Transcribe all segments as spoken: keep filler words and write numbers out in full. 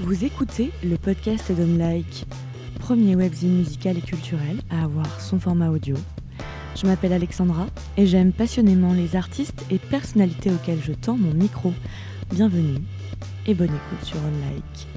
Vous écoutez le podcast d'Unlike, premier webzine musical et culturel à avoir son format audio. Je m'appelle Alexandra et j'aime passionnément les artistes et personnalités auxquels je tends mon micro. Bienvenue et bonne écoute sur Unlike.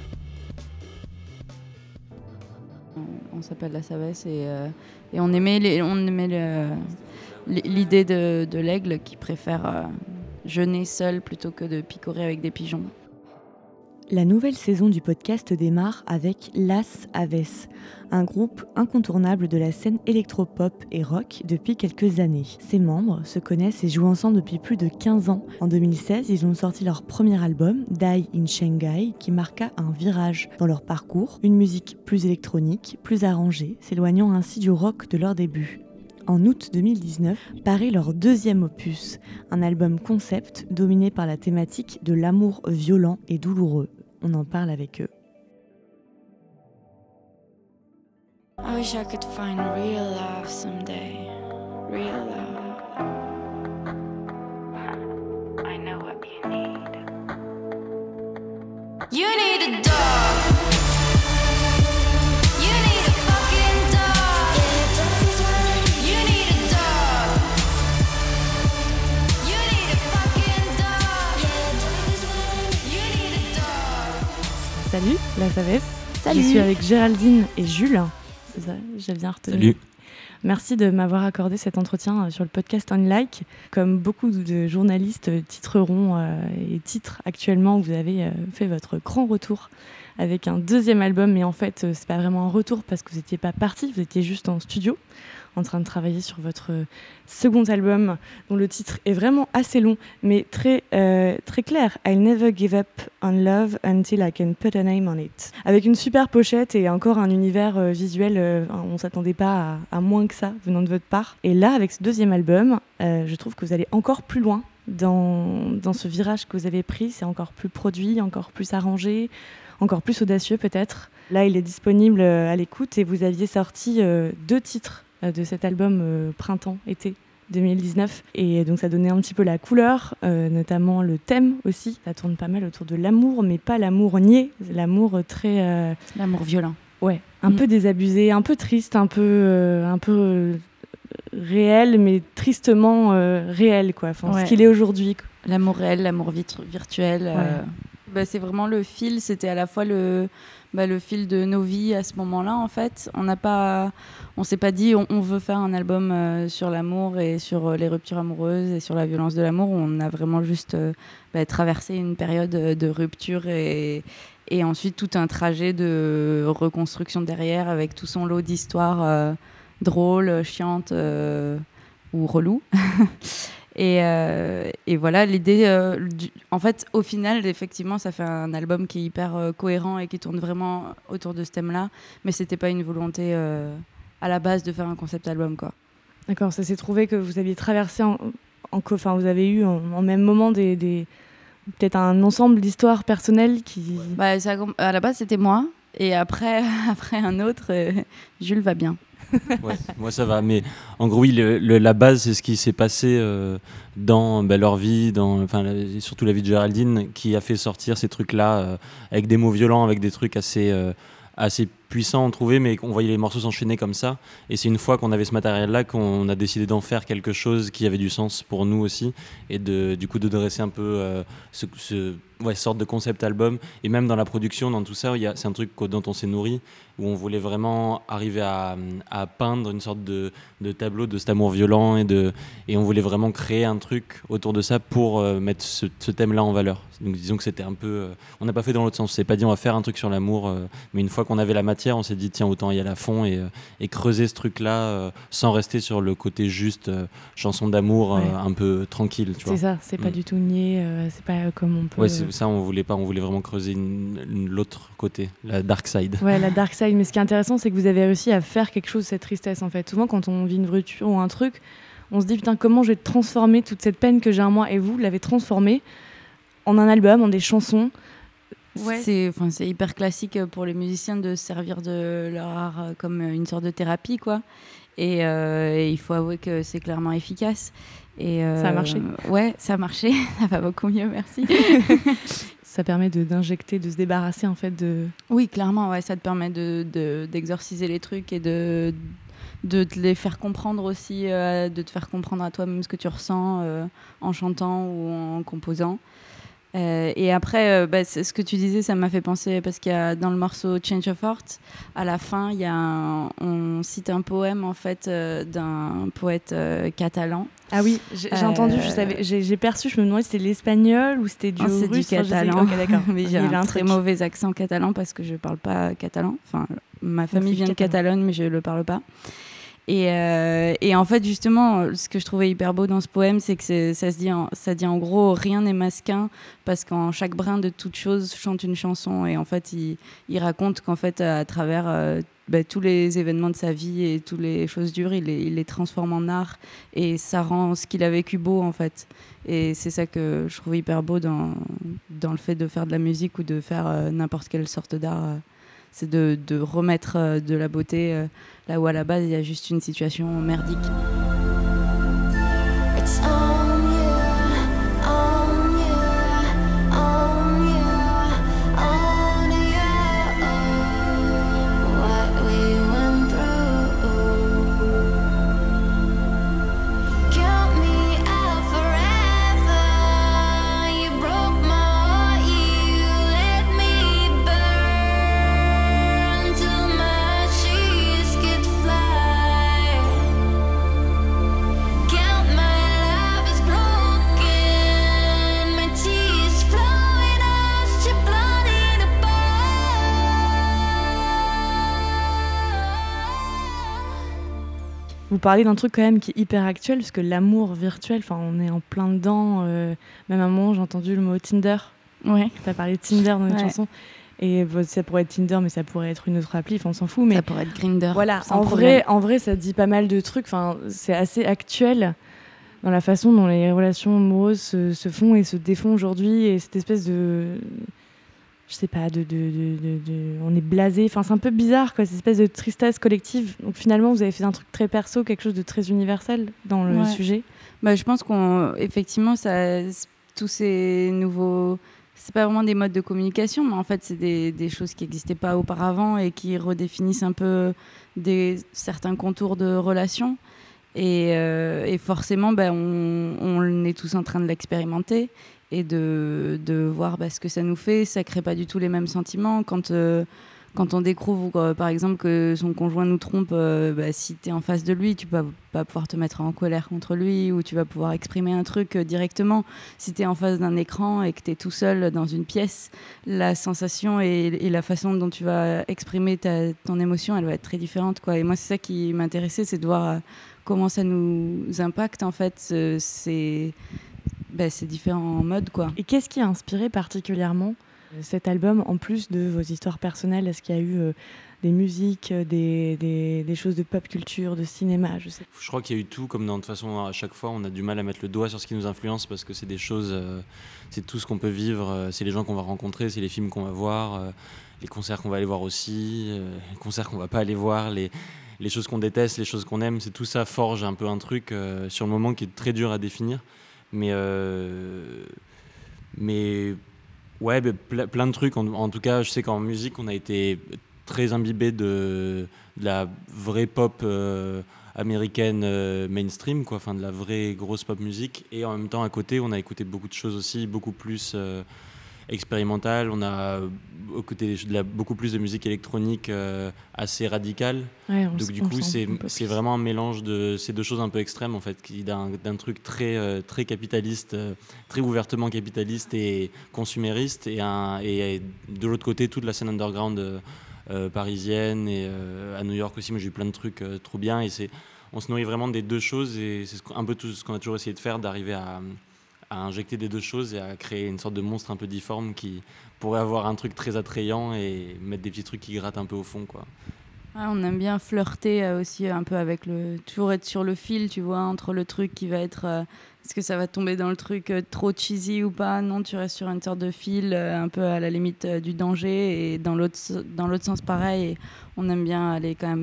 On s'appelle La Savesse et, euh, et on aimait, les, on aimait le, l'idée de, de l'aigle qui préfère euh, jeûner seul plutôt que de picorer avec des pigeons. La nouvelle saison du podcast démarre avec Las Aves, un groupe incontournable de la scène électropop et rock depuis quelques années. Ses membres se connaissent et jouent ensemble depuis plus de quinze ans. En deux mille seize, ils ont sorti leur premier album, Die in Shanghai, qui marqua un virage dans leur parcours, une musique plus électronique, plus arrangée, s'éloignant ainsi du rock de leur début. En août deux mille dix-neuf, paraît leur deuxième opus, un album concept dominé par la thématique de l'amour violent et douloureux. On en parle avec eux. I wish I could find real love someday. Real love. I know what you need. You need a dog. You need a fucking dog. You need a dog. You need a fucking dog. You need a dog. Salut, la Savesse. Salut. Je suis avec Géraldine et Jules. C'est ça, j'ai bien retenu. Salut. Merci de m'avoir accordé cet entretien sur le podcast Unlike. Comme beaucoup de journalistes titreront euh, et titrent actuellement, vous avez euh, fait votre grand retour avec un deuxième album, mais en fait, euh, c'est pas vraiment un retour parce que vous n'étiez pas parti, vous étiez juste en studio en train de travailler sur votre second album dont le titre est vraiment assez long mais très, euh, très clair. I'll never give up on love until I can put a name on it. Avec une super pochette et encore un univers euh, visuel, euh, on ne s'attendait pas à, à moins que ça venant de votre part. Et là, avec ce deuxième album, euh, je trouve que vous allez encore plus loin dans, dans ce virage que vous avez pris. C'est encore plus produit, encore plus arrangé, encore plus audacieux peut-être. Là, il est disponible à l'écoute et vous aviez sorti euh, deux titres de cet album euh, printemps-été deux mille dix-neuf. Et donc ça donnait un petit peu la couleur, euh, notamment le thème aussi. Ça tourne pas mal autour de l'amour, mais pas l'amour niais, l'amour très... Euh... L'amour violent. Ouais, un mmh. peu désabusé, un peu triste, un peu, euh, un peu euh, réel, mais tristement euh, réel, quoi. Enfin, ouais. Ce qu'il est aujourd'hui. Quoi. L'amour réel, l'amour vit- virtuel. Ouais. Euh... Bah, c'est vraiment le fil, c'était à la fois le... Bah, le fil de nos vies à ce moment-là, en fait. On n'a pas, on s'est pas dit on, on veut faire un album euh, sur l'amour et sur euh, les ruptures amoureuses et sur la violence de l'amour. On a vraiment juste euh, bah, traversé une période de rupture et, et ensuite tout un trajet de reconstruction derrière avec tout son lot d'histoires euh, drôles, chiantes euh, ou reloues. Et, euh, et voilà, l'idée, euh, du, en fait, au final, effectivement, ça fait un album qui est hyper euh, cohérent et qui tourne vraiment autour de ce thème-là, mais c'était pas une volonté euh, à la base de faire un concept album, quoi. D'accord, ça s'est trouvé que vous aviez traversé, en, en, enfin, vous avez eu en, en même moment des, des, peut-être un ensemble d'histoires personnelles qui... Bah, ça, à la base, c'était moi, et après, après un autre, euh, Jules va bien. Ouais, moi ça va, mais en gros oui, le, le, la base c'est ce qui s'est passé euh, dans bah, leur vie, dans, enfin, la, surtout la vie de Géraldine, qui a fait sortir ces trucs-là euh, avec des mots violents, avec des trucs assez, euh, assez puissants on trouvait, mais on voyait les morceaux s'enchaîner comme ça. Et c'est une fois qu'on avait ce matériel-là qu'on a décidé d'en faire quelque chose qui avait du sens pour nous aussi, et de, du coup de dresser un peu euh, ce, ce ouais, sorte de concept album. Et même dans la production, dans tout ça, y a, c'est un truc dont on s'est nourri, où on voulait vraiment arriver à, à peindre une sorte de, de tableau de cet amour violent, et, de, et on voulait vraiment créer un truc autour de ça pour euh, mettre ce, ce thème-là en valeur. Donc disons que c'était un peu... Euh, on n'a pas fait dans l'autre sens, on s'est pas dit on va faire un truc sur l'amour, euh, mais une fois qu'on avait la matière, on s'est dit tiens, autant y aller à fond et, euh, et creuser ce truc-là euh, sans rester sur le côté juste euh, chanson d'amour ouais. euh, un peu tranquille. Tu c'est vois. ça, c'est pas mmh. du tout niais, euh, c'est pas euh, comme on peut... Ouais, c'est ça, on voulait pas, on voulait vraiment creuser une, une, l'autre côté, la dark side. Ouais, la dark side, mais ce qui est intéressant, c'est que vous avez réussi à faire quelque chose de cette tristesse, en fait. Souvent, quand on vit une rupture ou un truc, on se dit, putain, comment je vais transformer toute cette peine que j'ai en moi, et vous l'avez transformée en un album, en des chansons. Ouais. C'est, c'est hyper classique pour les musiciens de se servir de leur art comme une sorte de thérapie, quoi. Et, euh, et il faut avouer que c'est clairement efficace. Et euh, ça a marché. Ouais, ça a marché. Ça va beaucoup mieux, merci. Ça permet de, d'injecter, de se débarrasser en fait de... Oui, clairement, ouais, ça te permet de, de, d'exorciser les trucs et de, de te les faire comprendre aussi, euh, de te faire comprendre à toi-même ce que tu ressens euh, en chantant ou en composant. Euh, et après, euh, bah, ce que tu disais, ça m'a fait penser, parce qu'il y a dans le morceau Change of Heart, à la fin, il y a un, on cite un poème en fait euh, d'un poète euh, catalan. Ah oui, j'ai, j'ai euh, entendu, je savais, j'ai, j'ai perçu, je me demandais si c'était l'espagnol ou c'était du oh, c'est russe. du catalan. Enfin, okay, d'accord. Mais j'ai un, un très truc. mauvais accent catalan parce que je parle pas catalan. Enfin, ma famille vient de Catalogne, mais je le parle pas. Et, euh, et en fait, justement, ce que je trouvais hyper beau dans ce poème, c'est que c'est, ça, se dit en, ça dit en gros « rien n'est masquin » parce qu'en chaque brin de toute chose chante une chanson. Et en fait, il, il raconte qu'en fait, à travers euh, bah, tous les événements de sa vie et toutes les choses dures, il les, il les transforme en art. Et ça rend ce qu'il a vécu beau, en fait. Et c'est ça que je trouve hyper beau dans, dans le fait de faire de la musique ou de faire euh, n'importe quelle sorte d'art. Euh, c'est de, de remettre euh, de la beauté euh, là où à la base il y a juste une situation merdique. It's on you, on you, on you, on you, what we went through. Count me out forever, you broke my heart, you let me burn till my cheeks could fly. Count my love is broken, my tears flowing as your blood in a bowl. Vous parlez d'un truc quand même qui est hyper actuel, parce que l'amour virtuel, enfin, on est en plein dedans. Euh, même à un moment, j'ai entendu le mot Tinder. Ouais. Tu as parlé de Tinder dans une Ouais. chanson. Et bah, ça pourrait être Tinder, mais ça pourrait être une autre appli, enfin, on s'en fout. Mais Ça pourrait être Grindr. voilà, sans en problème. vrai, en vrai, ça dit pas mal de trucs. Enfin, c'est assez actuel dans la façon dont les relations amoureuses se, se font et se défont aujourd'hui. Et cette espèce de... Je sais pas, de, de, de, de, de- on est blasé. Enfin, c'est un peu bizarre, quoi, cette espèce de tristesse collective. Donc finalement, vous avez fait un truc très perso, quelque chose de très universel dans le Ouais. sujet. Bah, je pense qu'effectivement, tous ces nouveaux... C'est pas vraiment des modes de communication, mais en fait, c'est des, des choses qui n'existaient pas auparavant et qui redéfinissent un peu des, certains contours de relations. Et, euh, et forcément, bah, on, on est tous en train de l'expérimenter et de, de voir bah, ce que ça nous fait. Ça crée pas du tout les mêmes sentiments. Quand, euh, quand on découvre, euh, par exemple, que son conjoint nous trompe, euh, bah, si tu es en face de lui, tu vas pas pouvoir te mettre en colère contre lui ou tu vas pouvoir exprimer un truc euh, directement. Si tu es en face d'un écran et que tu es tout seul dans une pièce, la sensation et, et la façon dont tu vas exprimer ta, ton émotion, elle va être très différente, quoi. Et moi, c'est ça qui m'intéressait, c'est de voir euh, comment ça nous impacte, en fait, euh, ces, bah, ces différents modes, quoi. Et qu'est-ce qui a inspiré particulièrement euh, cet album, en plus de vos histoires personnelles? Est-ce qu'il y a eu euh, des musiques, euh, des, des, des choses de pop culture, de cinéma, je sais. Je crois qu'il y a eu tout, comme dans, de toute façon, à chaque fois, on a du mal à mettre le doigt sur ce qui nous influence parce que c'est des choses, euh, c'est tout ce qu'on peut vivre, euh, c'est les gens qu'on va rencontrer, c'est les films qu'on va voir, euh, les concerts qu'on va aller voir aussi, euh, les concerts qu'on va pas aller voir, les, les choses qu'on déteste, les choses qu'on aime, c'est tout ça forge un peu un truc euh, sur le moment qui est très dur à définir. Mais, euh, mais ouais, bah, ple- plein de trucs. En, en tout cas, je sais qu'en musique, on a été très imbibé de, de la vraie pop euh, américaine euh, mainstream, quoi, enfin de la vraie grosse pop musique. Et en même temps, à côté, on a écouté beaucoup de choses aussi, beaucoup plus euh, expérimentales. On a écouté de la, beaucoup plus de musique électronique euh, assez radicale. Ouais, on Donc s- du on coup, le sent c'est, un peu c'est plus. vraiment un mélange de ces deux choses un peu extrêmes, en fait, qui, d'un, d'un truc très, euh, très capitaliste, euh, très ouvertement capitaliste et consumériste, et, un, et de l'autre côté, toute la scène underground euh, euh, parisienne, et euh, à New York aussi, moi j'ai eu plein de trucs euh, trop bien, et c'est, on se nourrit vraiment des deux choses, et c'est ce qu'on- un peu tout ce qu'on a toujours essayé de faire, d'arriver à, à injecter des deux choses et à créer une sorte de monstre un peu difforme qui pourrait avoir un truc très attrayant et mettre des petits trucs qui grattent un peu au fond, quoi. Ouais, on aime bien flirter euh, aussi un peu avec le... Toujours être sur le fil, tu vois, entre le truc qui va être... euh, est-ce que ça va tomber dans le truc euh, trop cheesy ou pas? Non, tu restes sur une sorte de fil, euh, un peu à la limite euh, du danger. Et dans l'autre, s- dans l'autre sens, pareil. Et on aime bien aller quand même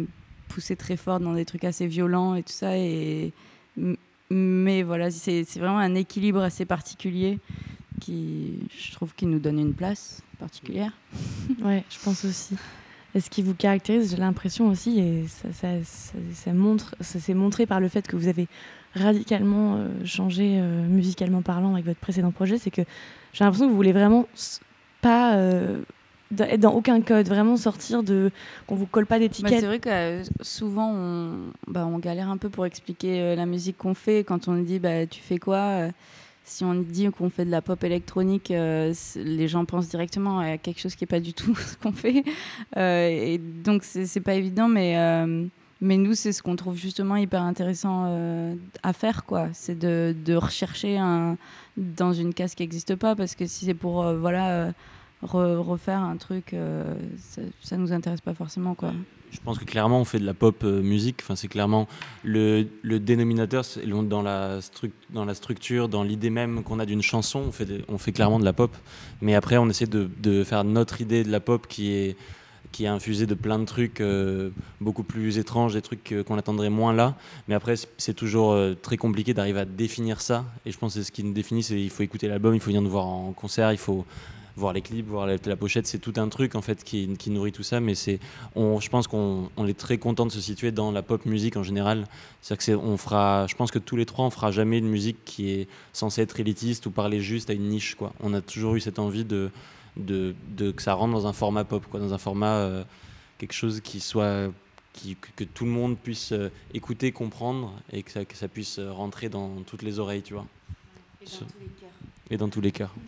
pousser très fort dans des trucs assez violents et tout ça. Et... Mais voilà, c'est, c'est vraiment un équilibre assez particulier qui, je trouve, qui nous donne une place particulière. Ouais, je pense aussi. Et ce qui vous caractérise, j'ai l'impression aussi, et ça, ça, ça, ça, montre, ça s'est montré par le fait que vous avez radicalement euh, changé euh, musicalement parlant avec votre précédent projet, c'est que j'ai l'impression que vous voulez vraiment pas euh, être dans aucun code, vraiment sortir de... qu'on vous colle pas d'étiquette. Bah, c'est vrai que euh, souvent on, bah, on galère un peu pour expliquer euh, la musique qu'on fait. Quand on nous dit bah, tu fais quoi euh, si on dit qu'on fait de la pop électronique, euh, les gens pensent directement à quelque chose qui n'est pas du tout ce qu'on fait. Euh, et donc, c'est, c'est pas évident, mais, euh, mais nous, c'est ce qu'on trouve justement hyper intéressant euh, à faire, quoi. C'est de, de rechercher un, dans une case qui n'existe pas, parce que si c'est pour euh, voilà, euh, re, refaire un truc, euh, ça ne nous intéresse pas forcément, quoi. Je pense que clairement on fait de la pop euh, musique, enfin, c'est clairement le, le dénominateur c'est dans, la stru- dans la structure, dans l'idée même qu'on a d'une chanson, on fait, de, on fait clairement de la pop, mais après on essaie de, de faire notre idée de la pop qui est, qui est infusée de plein de trucs euh, beaucoup plus étranges, des trucs euh, qu'on attendrait moins là, mais après c'est, c'est toujours euh, très compliqué d'arriver à définir ça, et je pense que c'est ce qui nous définit, c'est il faut écouter l'album, il faut venir nous voir en concert, il faut voir les clips, voir la, la pochette, c'est tout un truc en fait qui, qui nourrit tout ça, mais c'est, on, je pense qu'on on est très content de se situer dans la pop musique en général. C'est-à-dire que c'est, on fera, je pense que tous les trois, on fera jamais une musique qui est censée être élitiste ou parler juste à une niche, quoi. On a toujours eu cette envie de, de, de que ça rentre dans un format pop, quoi, dans un format euh, quelque chose qui soit Qui, que, que tout le monde puisse euh, écouter, comprendre et que ça, que ça puisse euh, rentrer dans toutes les oreilles, tu vois. Et dans tous les cœurs. Et dans tous les cœurs.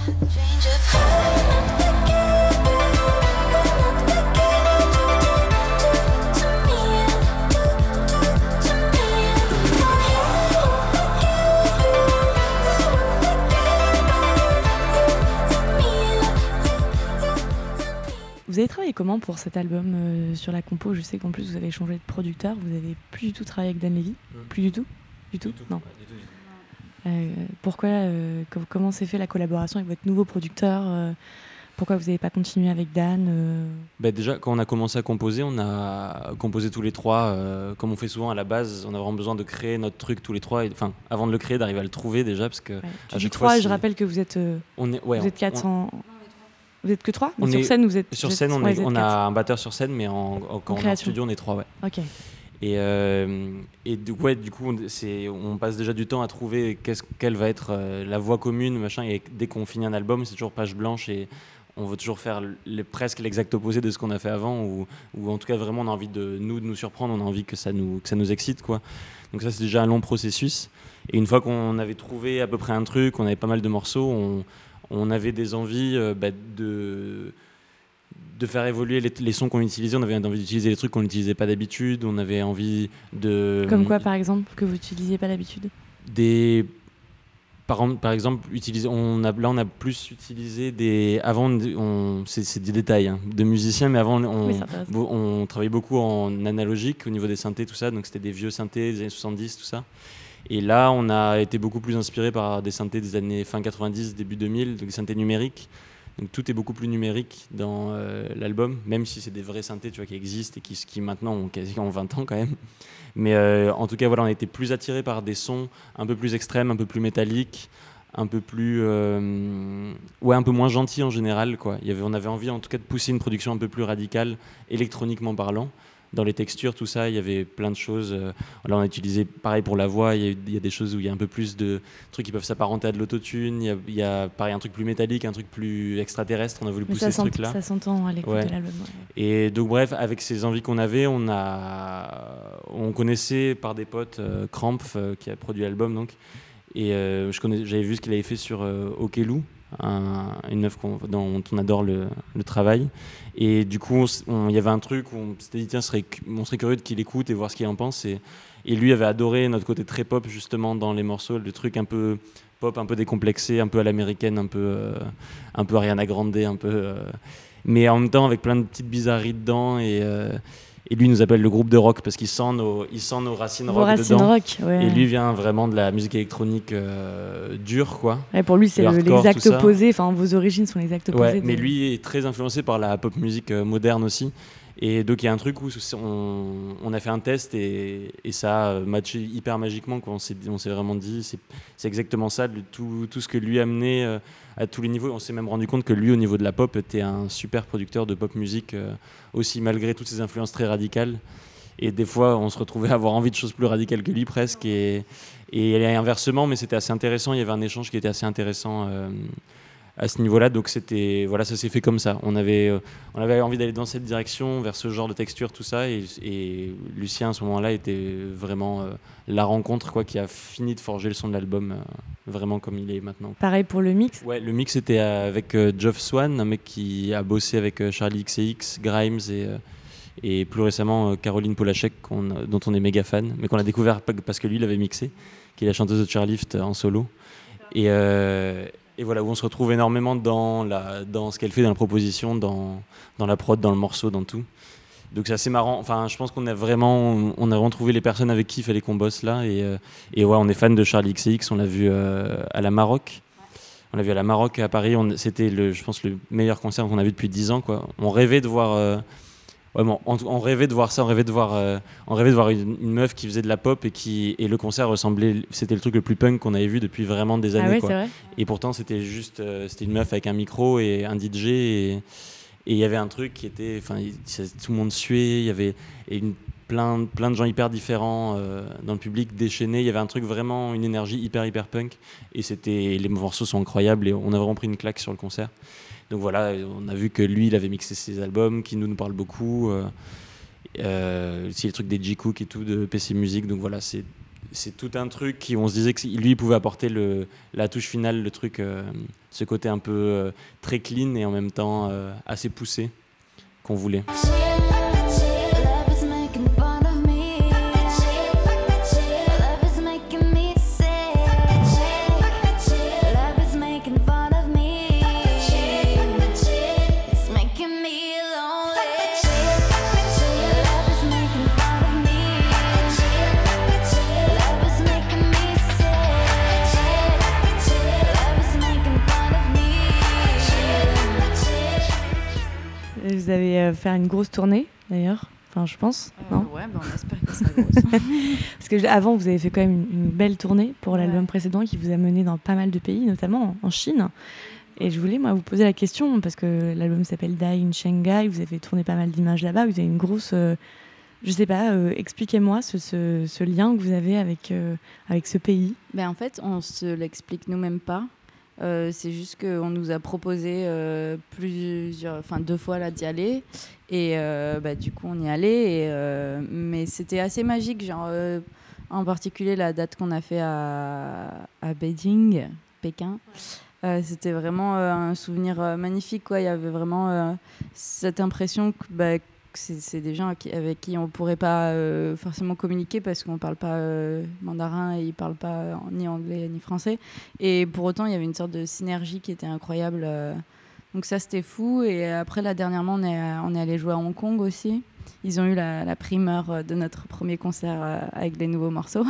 Vous avez travaillé comment pour cet album euh, sur la compo? Je sais qu'en plus vous avez changé de producteur, vous avez plus du tout travaillé avec Dan Levy, mmh. plus du tout, du tout, du tout. Non. Ouais, du tout, du tout. Euh, pourquoi, euh, comment s'est fait la collaboration avec votre nouveau producteur euh, pourquoi vous n'avez pas continué avec Dan euh... bah Déjà, quand on a commencé à composer, on a composé tous les trois, euh, comme on fait souvent à la base, on a vraiment besoin de créer notre truc tous les trois, enfin, avant de le créer, d'arriver à le trouver déjà, parce que... Ouais. Tu dis trois, je rappelle que vous êtes, euh, on est, ouais, vous êtes quatre cents... On... Vous êtes que trois? On sur est... scène, vous êtes... Sur vous scène, êtes... on, ouais, est... on a un batteur sur scène, mais en, en, quand en on est en studio, on est trois, ouais. Ok. Et, euh, et du, ouais, du coup, on, c'est, on passe déjà du temps à trouver qu'est-ce, quelle va être euh, la voix commune, machin. Et dès qu'on finit un album, c'est toujours page blanche et on veut toujours faire les, presque l'exact opposé de ce qu'on a fait avant, ou, ou en tout cas vraiment on a envie de nous, de nous surprendre, on a envie que ça nous, que ça nous excite, quoi. Donc ça, c'est déjà un long processus. Et une fois qu'on avait trouvé à peu près un truc, on avait pas mal de morceaux, on, on avait des envies euh, bah, de... de faire évoluer les, les sons qu'on utilisait. On avait envie d'utiliser les trucs qu'on n'utilisait pas d'habitude. On avait envie de... Comme quoi, par exemple, que vous n'utilisiez pas d'habitude? Des... Par, par exemple, utiliser, on a, là, on a plus utilisé des... Avant, on, c'est, c'est des détails hein, de musiciens, mais avant, on, oui, on, on travaillait beaucoup en analogique au niveau des synthés, tout ça. Donc, c'était des vieux synthés des années soixante-dix, tout ça. Et là, on a été beaucoup plus inspiré par des synthés des années fin quatre-vingt-dix, début deux mille, donc des synthés numériques. Donc tout est beaucoup plus numérique dans euh, l'album, même si c'est des vrais synthés, tu vois, qui existent et qui, qui maintenant ont quasiment vingt ans quand même. Mais euh, en tout cas, voilà, on a été plus attirés par des sons un peu plus extrêmes, un peu plus métalliques, un peu plus, euh, ouais, un peu moins gentils en général, quoi. Il y avait, on avait envie en tout cas de pousser une production un peu plus radicale, électroniquement parlant. Dans les textures, tout ça, il y avait plein de choses. Là, on a utilisé, pareil pour la voix, il y a, il y a des choses où il y a un peu plus de trucs qui peuvent s'apparenter à de l'autotune. Il y a, il y a pareil, un truc plus métallique, un truc plus extraterrestre. On a voulu Mais pousser ce truc-là. Ça s'entend à l'écoute ouais. de l'album. Ouais. Et donc, bref, avec ces envies qu'on avait, on, a, on connaissait par des potes euh, Krampf, euh, qui a produit l'album. Donc, et euh, je connais, j'avais vu ce qu'il avait fait sur euh, Okelou. Un, une œuvre qu'on, dont on adore le, le travail, et du coup il y avait un truc où on s'était dit tiens, serait, on serait curieux de qu'il écoute et voir ce qu'il en pense, et, et lui avait adoré notre côté très pop justement dans les morceaux, le truc un peu pop, un peu décomplexé, un peu à l'américaine, un peu, euh, un peu Ariana Grande, un peu, euh, mais en même temps avec plein de petites bizarreries dedans, et euh, Et lui, il nous appelle le groupe de rock parce qu'il sent nos, il sent nos racines Vos rock racines dedans. Rock, ouais. Et lui vient vraiment de la musique électronique euh, dure, quoi. Ouais, pour lui, c'est le, l'exact opposé. Enfin, vos origines sont l'exact opposé. Ouais, de... mais lui est très influencé par la pop musique euh, moderne aussi. Et donc il y a un truc où on, on a fait un test et, et ça a matché hyper magiquement, quoi. On s'est, on s'est vraiment dit c'est, c'est exactement ça, le, tout, tout ce que lui amenait euh, à tous les niveaux. On s'est même rendu compte que lui au niveau de la pop était un super producteur de pop musique euh, aussi, malgré toutes ses influences très radicales. Et des fois on se retrouvait à avoir envie de choses plus radicales que lui presque, et, et inversement, mais c'était assez intéressant. Il y avait un échange qui était assez intéressant euh, à ce niveau-là, donc c'était, voilà, ça s'est fait comme ça. On avait, euh, on avait envie d'aller dans cette direction, vers ce genre de texture, tout ça, et, et Lucien à ce moment-là était vraiment euh, la rencontre, quoi, qui a fini de forger le son de l'album, euh, vraiment comme il est maintenant. Pareil pour le mix. Ouais, le mix était avec euh, Geoff Swan, un mec qui a bossé avec euh, Charlie X C X, Grimes et, euh, et plus récemment euh, Caroline Polachek, qu'on, dont on est méga fan, mais qu'on a découvert parce que lui l'avait mixé, qui est la chanteuse de Chairlift en solo. Et euh, Et voilà, où on se retrouve énormément dans, la, dans ce qu'elle fait, dans la proposition, dans, dans la prod, dans le morceau, dans tout. Donc c'est assez marrant. Enfin, je pense qu'on a vraiment, on a vraiment trouvé les personnes avec qui il fallait qu'on bosse là. Et, euh, et ouais, on est fan de Charlie X C X. On l'a vu euh, à la Maroc. On l'a vu à la Maroc à Paris. On, c'était, le, je pense, le meilleur concert qu'on a vu depuis dix ans, quoi. On rêvait de voir... Euh, Ouais, bon, on, on rêvait de voir ça, on rêvait de voir, euh, on rêvait de voir une, une meuf qui faisait de la pop et qui et le concert ressemblait, c'était le truc le plus punk qu'on avait vu depuis vraiment des années. Ah ouais, quoi. c'est vrai. Et pourtant c'était juste, euh, c'était une meuf avec un micro et un D J et il y avait un truc qui était, enfin tout le monde suait, il y avait et une, plein, plein de gens hyper différents euh, dans le public déchaînés. Il y avait un truc vraiment, une énergie hyper hyper punk et c'était, les morceaux sont incroyables et on a vraiment pris une claque sur le concert. Donc voilà, on a vu que lui, il avait mixé ses albums, qui nous, nous parlent beaucoup. Euh, euh, aussi les trucs des G-Cook et tout, de P C Music. Donc voilà, c'est, c'est tout un truc qui, on se disait que lui, il pouvait apporter le, la touche finale, le truc, euh, ce côté un peu euh, très clean et en même temps euh, assez poussé qu'on voulait. Vous avez euh, fait une grosse tournée d'ailleurs, enfin je pense. Euh, non ouais, bah on espère que ça grosse. Parce que avant vous avez fait quand même une, une belle tournée pour l'album Ouais. précédent qui vous a mené dans pas mal de pays, notamment en, en Chine. Et je voulais moi vous poser la question parce que l'album s'appelle Die in Shanghai, vous avez tourné pas mal d'images là-bas, vous avez une grosse, euh, je sais pas, euh, expliquez-moi ce, ce, ce lien que vous avez avec euh, avec ce pays. Ben, en fait, on se l'explique nous-mêmes pas. Euh, c'est juste qu'on nous a proposé euh, plusieurs, enfin deux fois là d'y aller et euh, bah, du coup on y allait et, euh, mais c'était assez magique, genre euh, en particulier la date qu'on a fait à, à Beijing, Pékin. Euh, c'était vraiment euh, un souvenir euh, magnifique, quoi. Il y avait vraiment euh, cette impression que, bah, que c'est, c'est des gens qui, avec qui on pourrait pas euh, forcément communiquer parce qu'on parle pas euh, mandarin et ils parlent pas euh, ni anglais ni français. Et pour autant, il y avait une sorte de synergie qui était incroyable. Euh, donc ça, c'était fou. Et après, là, dernièrement, on est, on est allé jouer à Hong Kong aussi. Ils ont eu la, la primeur de notre premier concert euh, avec les nouveaux morceaux.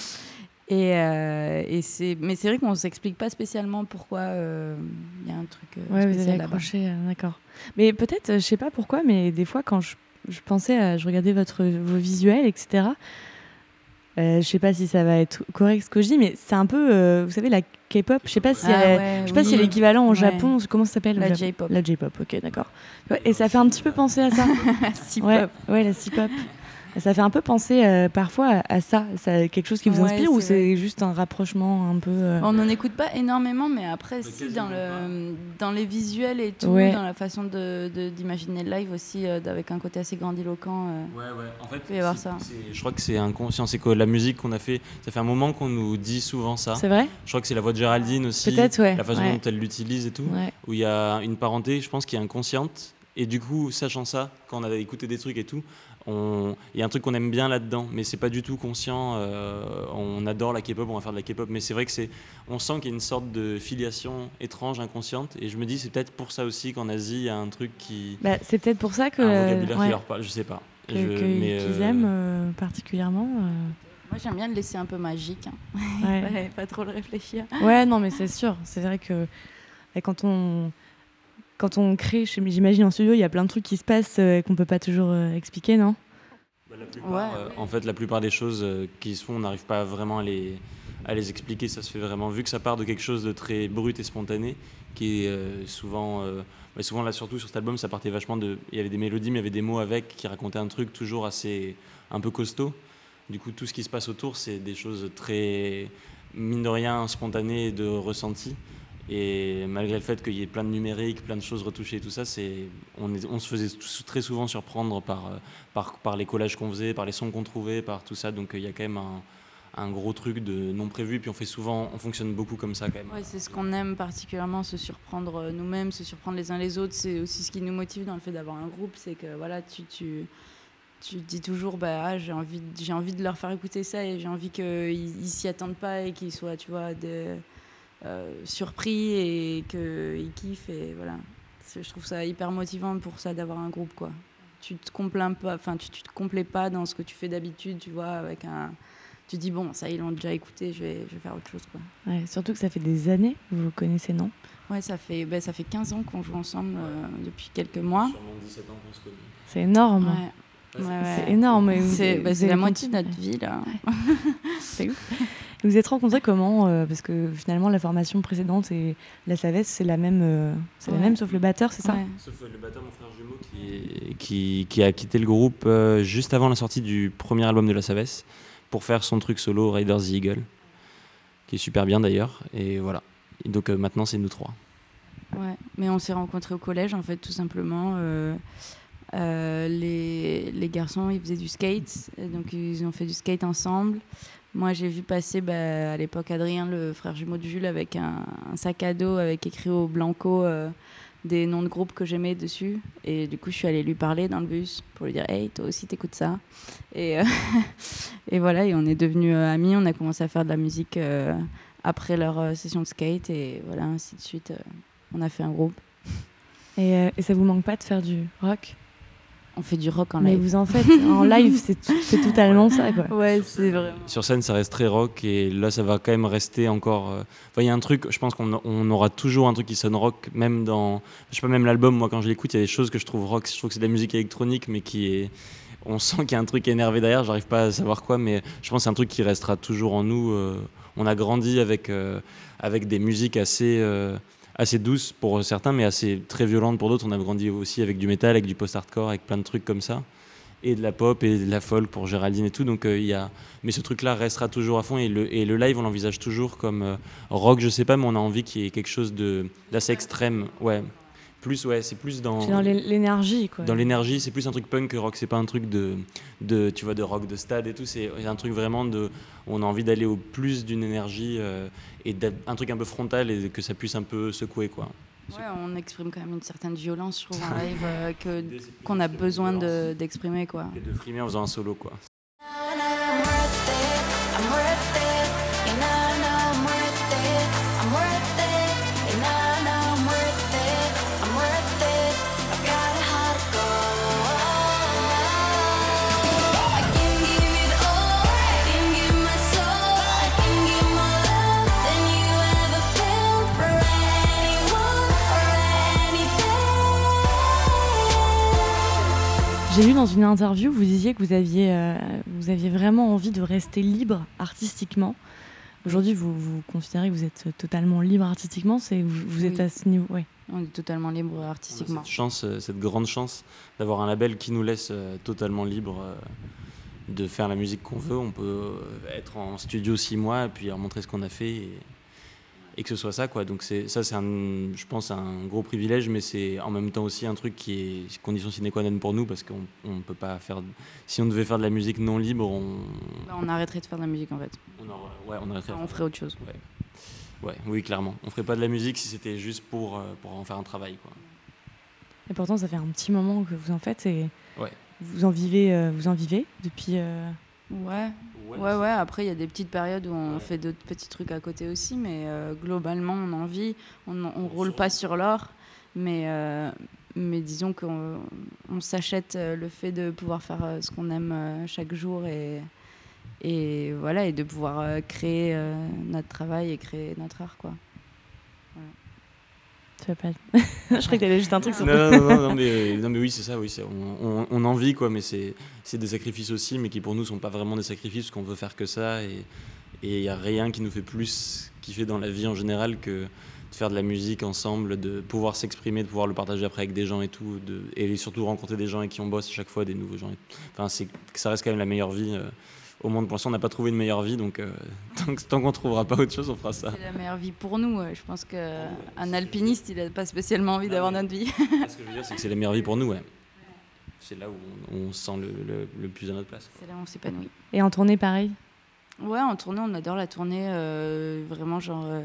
Et, euh, et c'est, mais c'est vrai qu'on ne s'explique pas spécialement pourquoi il euh, y a un truc euh, Ouais, spécial vous avez là-bas. accroché, euh, d'accord. Mais peut-être, euh, je sais pas pourquoi, mais des fois quand je, je pensais, à, je regardais votre, vos visuels, et cetera. Euh, je sais pas si ça va être correct ce que je dis, mais c'est un peu, euh, vous savez, la K-pop. Je sais pas si, Ah elle- ouais, je sais pas oui. si l'équivalent au Ouais. Japon, comment ça s'appelle au La Japon J-pop. La J-pop, ok, d'accord. Ouais, et ça fait un petit peu penser à ça. Si ouais, pop. ouais, la C-pop. Ça fait un peu penser euh, parfois à, à ça. C'est quelque chose qui vous Ouais, inspire ou c'est c'est juste un rapprochement un peu euh, On n'en écoute pas énormément, mais après, si, quasiment dans, le, dans les visuels et tout, Ouais. dans la façon de, de, d'imaginer le live aussi, euh, avec un côté assez grandiloquent. euh. Ouais, ouais. En fait, peut y avoir c'est- ça. c'est- je crois que c'est inconscient. C'est que la musique qu'on a fait, ça fait un moment qu'on nous dit souvent ça. C'est vrai Je crois que c'est la voix de Géraldine aussi. Peut-être, ouais. La façon ouais. dont elle l'utilise et tout. Ouais. Où il y a une parenté, je pense, qui est inconsciente. Et du coup, sachant ça, quand on a écouté des trucs et tout, on... il y a un truc qu'on aime bien là-dedans, mais c'est pas du tout conscient. Euh, on adore la K-pop, on va faire de la K-pop, mais c'est vrai que c'est, on sent qu'il y a une sorte de filiation étrange, inconsciente. Et je me dis, c'est peut-être pour ça aussi qu'en Asie, il y a un truc qui, Bah, c'est peut-être pour ça que, un vocabulaire ouais, qui leur parle. Je sais pas. que- Je- que- mais, qu'ils euh, aiment euh, particulièrement. euh. Moi, j'aime bien le laisser un peu magique. Hein. Ouais. Ouais, pas trop le réfléchir. Ouais, non, mais c'est sûr. C'est vrai que et quand on quand on crée, j'imagine en studio, il y a plein de trucs qui se passent euh, qu'on peut pas toujours euh, expliquer, non ? Bah, la plupart, Ouais. euh, en fait, la plupart des choses euh, qui se font, on n'arrive pas vraiment à les, à les expliquer. Ça se fait vraiment, vu que ça part de quelque chose de très brut et spontané, qui est euh, souvent, euh, bah, souvent là surtout sur cet album, ça partait vachement de, il y avait des mélodies, mais il y avait des mots avec qui racontaient un truc toujours assez, un peu costaud. Du coup, tout ce qui se passe autour, c'est des choses très, mine de rien, spontanées et de ressenti. Et malgré le fait qu'il y ait plein de numérique, plein de choses retouchées et tout ça, c'est, on, est, on se faisait tout, très souvent surprendre par, par, par les collages qu'on faisait, par les sons qu'on trouvait, par tout ça. Donc il y a quand même un, un gros truc de non prévu. Puis on fait souvent, on fonctionne beaucoup comme ça quand même. Ouais, c'est ce qu'on aime particulièrement, se surprendre nous-mêmes, se surprendre les uns les autres. C'est aussi ce qui nous motive dans le fait d'avoir un groupe, c'est que voilà, tu, tu, tu te dis toujours, bah, ah, j'ai envie, j'ai envie de leur faire écouter ça et j'ai envie qu'ils s'y attendent pas et qu'ils soient, tu vois, de... Euh, surpris et qu'ils kiffent et voilà. C'est, je trouve ça hyper motivant pour ça d'avoir un groupe quoi. Tu te complains pas, enfin tu, tu te complais pas dans ce que tu fais d'habitude, tu vois, avec un. Tu dis bon ça ils l'ont déjà écouté, je vais, je vais faire autre chose quoi. Ouais, surtout que ça fait des années, vous vous connaissez non ? Ouais ça fait, ben, ça fait quinze ans qu'on joue ensemble euh, depuis quelques mois. Sûrement dix-sept ans qu'on se connaît. C'est énorme. Ouais. C'est, Ouais, ouais. c'est énorme. Et vous, C'est, vous bah, c'est avez la moitié de continué. notre vie là. C'est ouf. Vous vous êtes rencontrés comment euh, parce que finalement la formation précédente et la Savès c'est la même, euh, c'est Ouais. la même sauf le batteur, c'est ça ? Ouais. Sauf euh, le batteur, mon frère jumeau, qui, est- qui, qui a quitté le groupe euh, juste avant la sortie du premier album de la Savès pour faire son truc solo, Riders the Eagle, qui est super bien d'ailleurs. Et voilà. Et donc euh, maintenant, c'est nous trois. Ouais, mais on s'est rencontrés au collège en fait tout simplement. Euh, euh, les, les garçons ils faisaient du skate, et donc ils ont fait du skate ensemble. Moi j'ai vu passer bah, à l'époque Adrien, le frère jumeau de Jules, avec un, un sac à dos avec écrit au blanco euh, des noms de groupes que j'aimais dessus. Et du coup je suis allée lui parler dans le bus pour lui dire hey toi aussi t'écoutes ça. Et, euh, et voilà, et on est devenus euh, amis, on a commencé à faire de la musique euh, après leur euh, session de skate et voilà ainsi de suite. Euh, on a fait un groupe. Et, euh, et ça vous manque pas de faire du rock ? On fait du rock en Mais live. vous en faites en live, c'est, tout- c'est totalement ça quoi. Ouais, c'est vraiment. Sur scène, ça reste très rock et là, ça va quand même rester encore. euh, Enfin, il y a un truc, je pense qu'on on aura toujours un truc qui sonne rock, même dans. Je sais pas, même l'album, moi, quand je l'écoute, il y a des choses que je trouve rock. Je trouve que c'est de la musique électronique, mais qui est. On sent qu'il y a un truc énervé derrière, j'arrive pas à savoir quoi, mais je pense que c'est un truc qui restera toujours en nous. euh, On a grandi avec, euh, avec des musiques assez. euh, assez douces pour certains, mais assez très violentes pour d'autres. On a grandi aussi avec du métal, avec du post-hardcore, avec plein de trucs comme ça. Et de la pop et de la folk pour Géraldine et tout. Donc, euh, il y a... Mais ce truc-là restera toujours à fond. Et le, et le live, on l'envisage toujours comme euh, rock, je sais pas, mais on a envie qu'il y ait quelque chose de, d'assez extrême. Ouais. Plus, ouais, c'est plus dans... C'est dans l'é- l'énergie quoi. Dans l'énergie, c'est plus un truc punk que rock. C'est pas un truc de, de, tu vois, de rock de stade et tout. C'est un truc vraiment de... On a envie d'aller au plus d'une énergie euh, et un truc un peu frontal et que ça puisse un peu secouer, quoi. Ouais, on exprime quand même une certaine violence, je trouve, en live, euh, que, qu'on a besoin de, d'exprimer, quoi. Et de frimer en faisant un solo, quoi. I'm worth it, I'm worth it, and I know I'm worth it, I'm worth it, and I know I'm worth it, I'm worth it, I've got a heart of gold. I can give it all, I can give my soul, I can give more love than you ever felt for anyone or anything. J'ai lu dans une interview, vous disiez que vous aviez, euh, vous aviez vraiment envie de rester libre artistiquement. Aujourd'hui, vous, vous considérez que vous êtes totalement libre artistiquement, c'est, vous, vous êtes Oui. à ce niveau, ouais. On est totalement libre On a artistiquement. cette chance, euh, cette grande chance d'avoir un label qui nous laisse euh, totalement libre euh, de faire la musique qu'on veut. On peut euh, être en studio six mois et puis leur montrer ce qu'on a fait et, et que ce soit ça, quoi. Donc c'est, ça, c'est un, je pense, un gros privilège, mais c'est en même temps aussi un truc qui est condition sine qua non pour nous parce qu'on on peut pas faire. Si on devait faire de la musique non libre, on, Bah, on arrêterait de faire de la musique, en fait. on aurait- ouais, on arrêterait. Enfin, on ferait autre chose. Ouais, oui, clairement. On ferait pas de la musique si c'était juste pour euh, pour en faire un travail, quoi. Et pourtant, ça fait un petit moment que vous en faites et Ouais. vous en vivez, euh, vous en vivez depuis. euh, Ouais. Ouais, ouais, après il y a des petites périodes où on fait d'autres petits trucs à côté aussi, mais euh, globalement on en vit, on on roule pas sur l'or, mais, euh, mais disons qu'on on s'achète euh, le fait de pouvoir faire euh, ce qu'on aime euh, chaque jour et, et, voilà, et de pouvoir euh, créer euh, notre travail et créer notre art, quoi. Tu vas pas. Je croyais que t'allais juste un truc sur. Non, non, non, non, mais, euh, non, mais oui, c'est ça, oui, c'est, on, on, on en vit, quoi, mais c'est, c'est des sacrifices aussi, mais qui pour nous sont pas vraiment des sacrifices, parce qu'on veut faire que ça, et il n'y a rien qui nous fait plus kiffer dans la vie en général que de faire de la musique ensemble, de pouvoir s'exprimer, de pouvoir le partager après avec des gens et tout, de, et surtout rencontrer des gens avec qui on bosse à chaque fois, des nouveaux gens. Et, enfin, c'est, ça reste quand même la meilleure vie. Euh, au monde, pour l'instant, on n'a pas trouvé une meilleure vie, donc euh, tant, que, tant qu'on ne trouvera pas autre chose, on fera ça. C'est la meilleure vie pour nous. Je pense qu'un alpiniste, il n'a pas spécialement envie d'avoir notre vie. Ce que je veux dire, c'est que c'est la meilleure vie pour nous, ouais. C'est là où on, on se sent le, le, le plus à notre place. C'est là où on s'épanouit. Et en tournée, pareil? Ouais, en tournée, on adore la tournée. Euh, vraiment, genre, euh,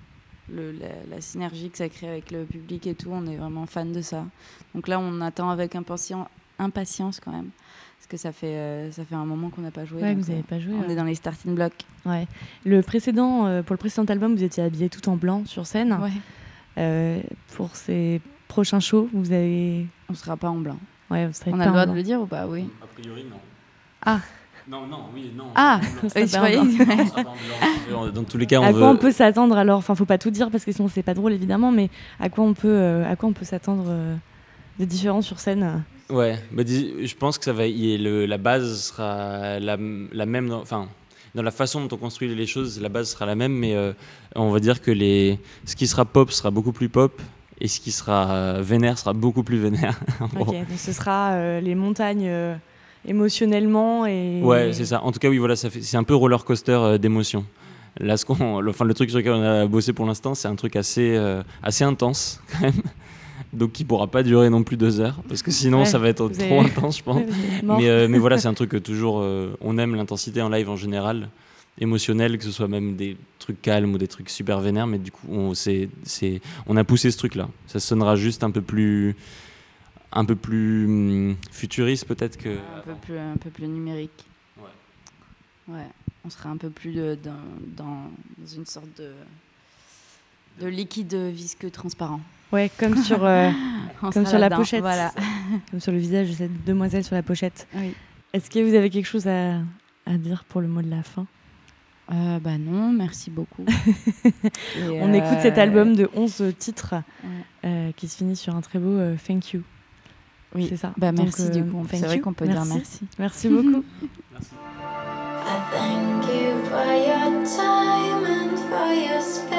le, la, la synergie que ça crée avec le public et tout, on est vraiment fan de ça. Donc là, on attend avec impatien, impatience quand même. Parce que ça fait, euh, ça fait un moment qu'on n'a pas joué. Ouais, donc, vous n'avez euh, pas joué. On ouais. est dans les starting blocks. Ouais. Le précédent, euh, pour le précédent album, vous étiez habillé tout en blanc sur scène. Ouais. Euh, pour ces prochains shows, vous avez. On ne sera pas en blanc. Ouais, vous serez On pas a le en droit de blanc. le dire ou pas? Oui. A priori, non. Ah. Non, non, oui, non. Ah, on ça Oui, sera je pas en croyais. blanc. sera pas en blanc. Dans tous les cas, on À veut... quoi on peut s'attendre alors? Enfin, faut pas tout dire parce que sinon c'est pas drôle évidemment, mais à quoi on peut, euh, à quoi on peut s'attendre euh, de différents sur scène? Ouais, bah, dis- je pense que ça va. y est- le, la base sera la, la même. dans- Enfin, dans la façon dont on construit les choses, la base sera la même, mais euh, on va dire que les, ce qui sera pop sera beaucoup plus pop, et ce qui sera euh, vénère sera beaucoup plus vénère. en Ok, gros. donc ce sera euh, les montagnes euh, émotionnellement et. Ouais, c'est ça. En tout cas, oui, voilà, ça fait, c'est un peu roller coaster euh, d'émotions. Là, ce qu'on, le, enfin, le truc sur lequel on a bossé pour l'instant, c'est un truc assez, euh, assez intense, quand même. Donc, qui pourra pas durer non plus deux heures, parce que sinon, Ouais, ça va être vous trop avez- intense, je pense. Ouais, vous êtes mort. Mais, euh, mais voilà, c'est un truc que toujours, euh, on aime l'intensité en live en général, émotionnelle, que ce soit même des trucs calmes ou des trucs super vénères, mais du coup, on, c'est, c'est, on a poussé ce truc-là. Ça sonnera juste un peu plus, un peu plus hum, futuriste peut-être que. Un peu plus, un peu plus numérique. Ouais. Ouais. On sera un peu plus de- dans, dans, dans une sorte de, de liquide visqueux transparent. Ouais, comme sur, euh, On comme sera sur la là-dedans. pochette. Voilà. Comme sur le visage de cette demoiselle sur la pochette. Oui. Est-ce que vous avez quelque chose à, à dire pour le mot de la fin? Euh, bah non, merci beaucoup. Et, On euh, écoute cet album de onze titres ouais. euh, qui se finit sur un très beau euh, thank you. Oui. C'est ça. Bah Donc, merci euh, du coup. thank C'est vrai you. qu'on peut Merci. dire merci. Merci beaucoup. Merci. I thank you for your time and for your space.